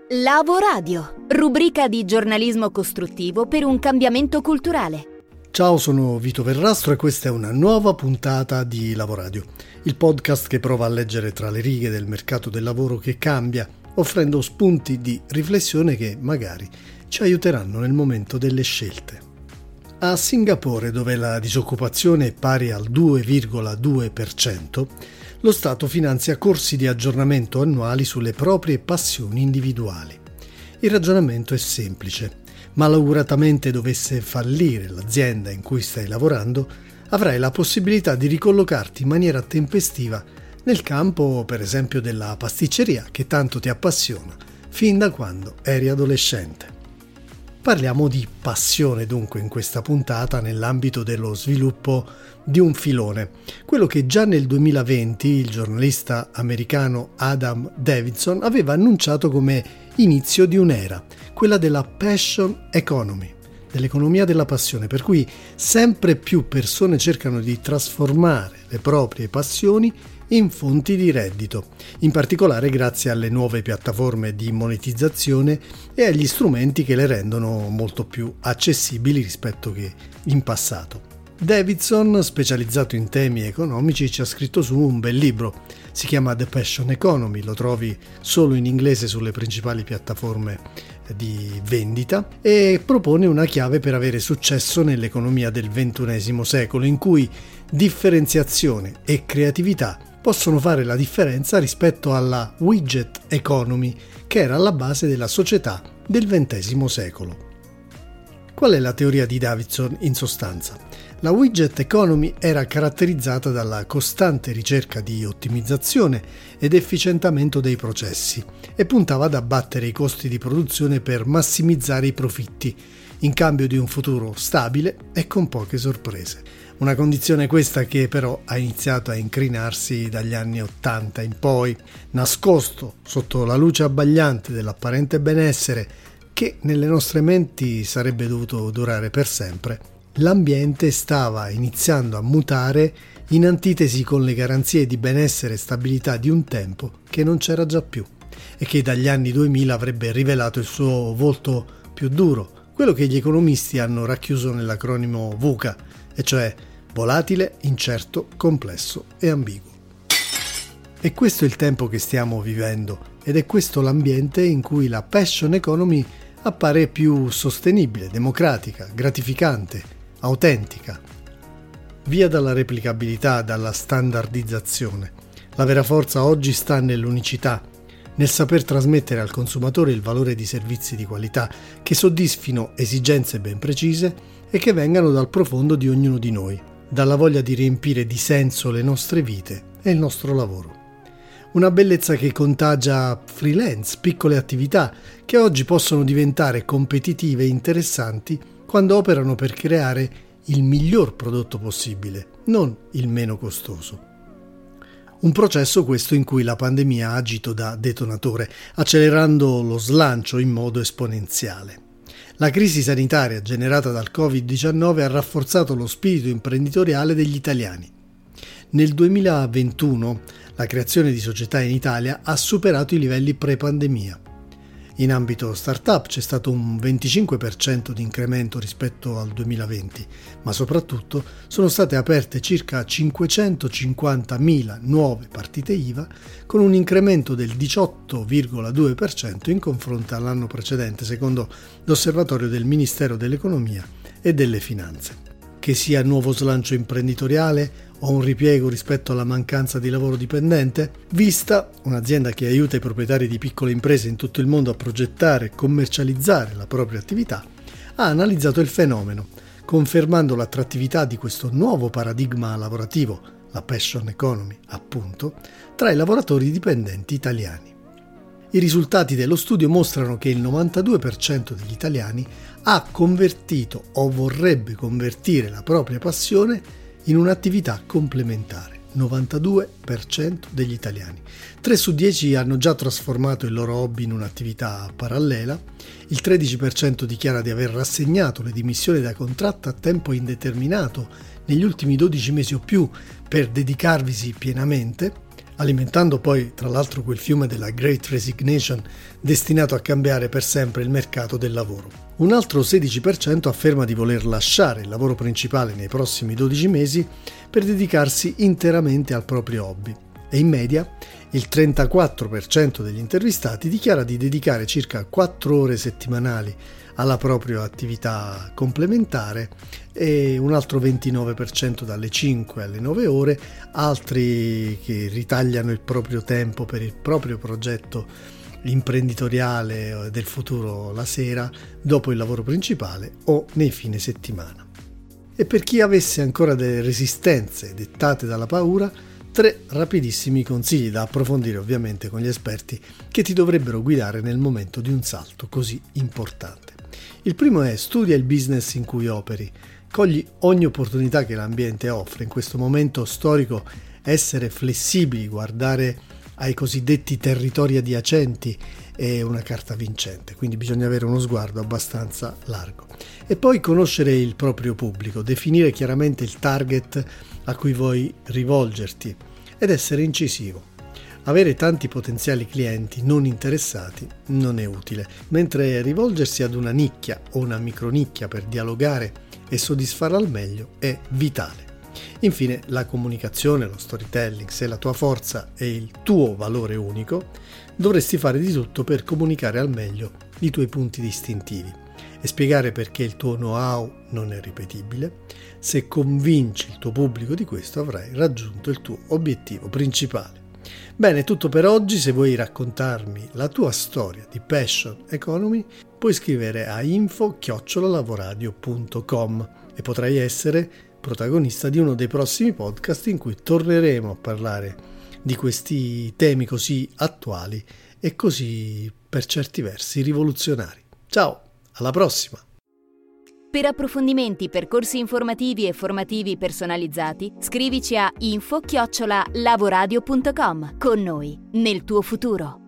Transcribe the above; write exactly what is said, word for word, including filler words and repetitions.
Lavoradio, rubrica di giornalismo costruttivo per un cambiamento culturale. Ciao, sono Vito Verrastro e questa è una nuova puntata di Lavoradio, il podcast che prova a leggere tra le righe del mercato del lavoro che cambia, offrendo spunti di riflessione che magari ci aiuteranno nel momento delle scelte. A Singapore, dove la disoccupazione è pari al due virgola due per cento, lo Stato finanzia corsi di aggiornamento annuali sulle proprie passioni individuali. Il ragionamento è semplice. Malauguratamente dovesse fallire l'azienda in cui stai lavorando, avrai la possibilità di ricollocarti in maniera tempestiva nel campo, per esempio, della pasticceria che tanto ti appassiona fin da quando eri adolescente. Parliamo di passione dunque in questa puntata nell'ambito dello sviluppo di un filone, quello che già nel duemilaventi il giornalista americano Adam Davidson aveva annunciato come inizio di un'era, quella della passion economy, dell'economia della passione, per cui sempre più persone cercano di trasformare le proprie passioni in fonti di reddito, in particolare grazie alle nuove piattaforme di monetizzazione e agli strumenti che le rendono molto più accessibili rispetto che in passato. Davidson, specializzato in temi economici, ci ha scritto su un bel libro, si chiama The Passion Economy, lo trovi solo in inglese sulle principali piattaforme di vendita e propone una chiave per avere successo nell'economia del ventunesimo secolo, in cui differenziazione e creatività possono fare la differenza rispetto alla widget economy che era alla base della società del ventesimo secolo. Qual è la teoria di Davidson in sostanza? La widget economy era caratterizzata dalla costante ricerca di ottimizzazione ed efficientamento dei processi e puntava ad abbattere i costi di produzione per massimizzare i profitti, in cambio di un futuro stabile e con poche sorprese. Una condizione questa che però ha iniziato a incrinarsi dagli anni ottanta in poi, nascosto sotto la luce abbagliante dell'apparente benessere che nelle nostre menti sarebbe dovuto durare per sempre. L'ambiente stava iniziando a mutare in antitesi con le garanzie di benessere e stabilità di un tempo che non c'era già più e che dagli anni duemila avrebbe rivelato il suo volto più duro, quello che gli economisti hanno racchiuso nell'acronimo VUCA, e cioè volatile, incerto, complesso e ambiguo. E questo è il tempo che stiamo vivendo ed è questo l'ambiente in cui la passion economy appare più sostenibile, democratica, gratificante, autentica. Via dalla replicabilità, dalla standardizzazione. La vera forza oggi sta nell'unicità, nel saper trasmettere al consumatore il valore di servizi di qualità che soddisfino esigenze ben precise e che vengano dal profondo di ognuno di noi, dalla voglia di riempire di senso le nostre vite e il nostro lavoro. Una bellezza che contagia freelance, piccole attività che oggi possono diventare competitive e interessanti quando operano per creare il miglior prodotto possibile, non il meno costoso. Un processo questo in cui la pandemia ha agito da detonatore, accelerando lo slancio in modo esponenziale. La crisi sanitaria generata dal covid diciannove ha rafforzato lo spirito imprenditoriale degli italiani. Nel duemilaventuno la creazione di società in Italia ha superato i livelli pre-pandemia. In ambito startup c'è stato un venticinque per cento di incremento rispetto al duemilaventi, ma soprattutto sono state aperte circa cinquecentocinquantamila nuove partite I V A con un incremento del diciotto virgola due per cento in confronto all'anno precedente, secondo l'osservatorio del Ministero dell'Economia e delle Finanze. Che sia nuovo slancio imprenditoriale o un ripiego rispetto alla mancanza di lavoro dipendente, Vista, un'azienda che aiuta i proprietari di piccole imprese in tutto il mondo a progettare e commercializzare la propria attività, ha analizzato il fenomeno, confermando l'attrattività di questo nuovo paradigma lavorativo, la passion economy, appunto, tra i lavoratori dipendenti italiani. I risultati dello studio mostrano che il novantadue per cento degli italiani ha convertito o vorrebbe convertire la propria passione in un'attività complementare. novantadue per cento degli italiani. tre su dieci hanno già trasformato il loro hobby in un'attività parallela, il tredici per cento dichiara di aver rassegnato le dimissioni da contratto a tempo indeterminato negli ultimi dodici mesi o più per dedicarvisi pienamente alimentando poi tra l'altro quel fiume della Great Resignation destinato a cambiare per sempre il mercato del lavoro. Un altro sedici per cento afferma di voler lasciare il lavoro principale nei prossimi dodici mesi per dedicarsi interamente al proprio hobby e in media il trentaquattro per cento degli intervistati dichiara di dedicare circa quattro ore settimanali alla propria attività complementare e un altro ventinove per cento dalle cinque alle nove ore, altri che ritagliano il proprio tempo per il proprio progetto imprenditoriale del futuro la sera, dopo il lavoro principale o nei fine settimana. E per chi avesse ancora delle resistenze dettate dalla paura, tre rapidissimi consigli da approfondire ovviamente con gli esperti che ti dovrebbero guidare nel momento di un salto così importante. Il primo è: studia il business in cui operi, cogli ogni opportunità che l'ambiente offre. In questo momento storico essere flessibili, guardare ai cosiddetti territori adiacenti è una carta vincente, quindi bisogna avere uno sguardo abbastanza largo. E poi conoscere il proprio pubblico, definire chiaramente il target a cui vuoi rivolgerti ed essere incisivo. Avere tanti potenziali clienti non interessati non è utile, mentre rivolgersi ad una nicchia o una micronicchia per dialogare e soddisfarla al meglio è vitale. Infine, la comunicazione, lo storytelling, se la tua forza è il tuo valore unico, dovresti fare di tutto per comunicare al meglio i tuoi punti distintivi e spiegare perché il tuo know-how non è ripetibile. Se convinci il tuo pubblico di questo, avrai raggiunto il tuo obiettivo principale. Bene, è tutto per oggi. Se vuoi raccontarmi la tua storia di passion economy, puoi scrivere a info chiocciola lavoradio punto com e potrai essere protagonista di uno dei prossimi podcast in cui torneremo a parlare di questi temi così attuali e così per certi versi rivoluzionari. Ciao, alla prossima! Per approfondimenti, percorsi informativi e formativi personalizzati, scrivici a info chiocciola lavoradio punto com. Con noi, nel tuo futuro.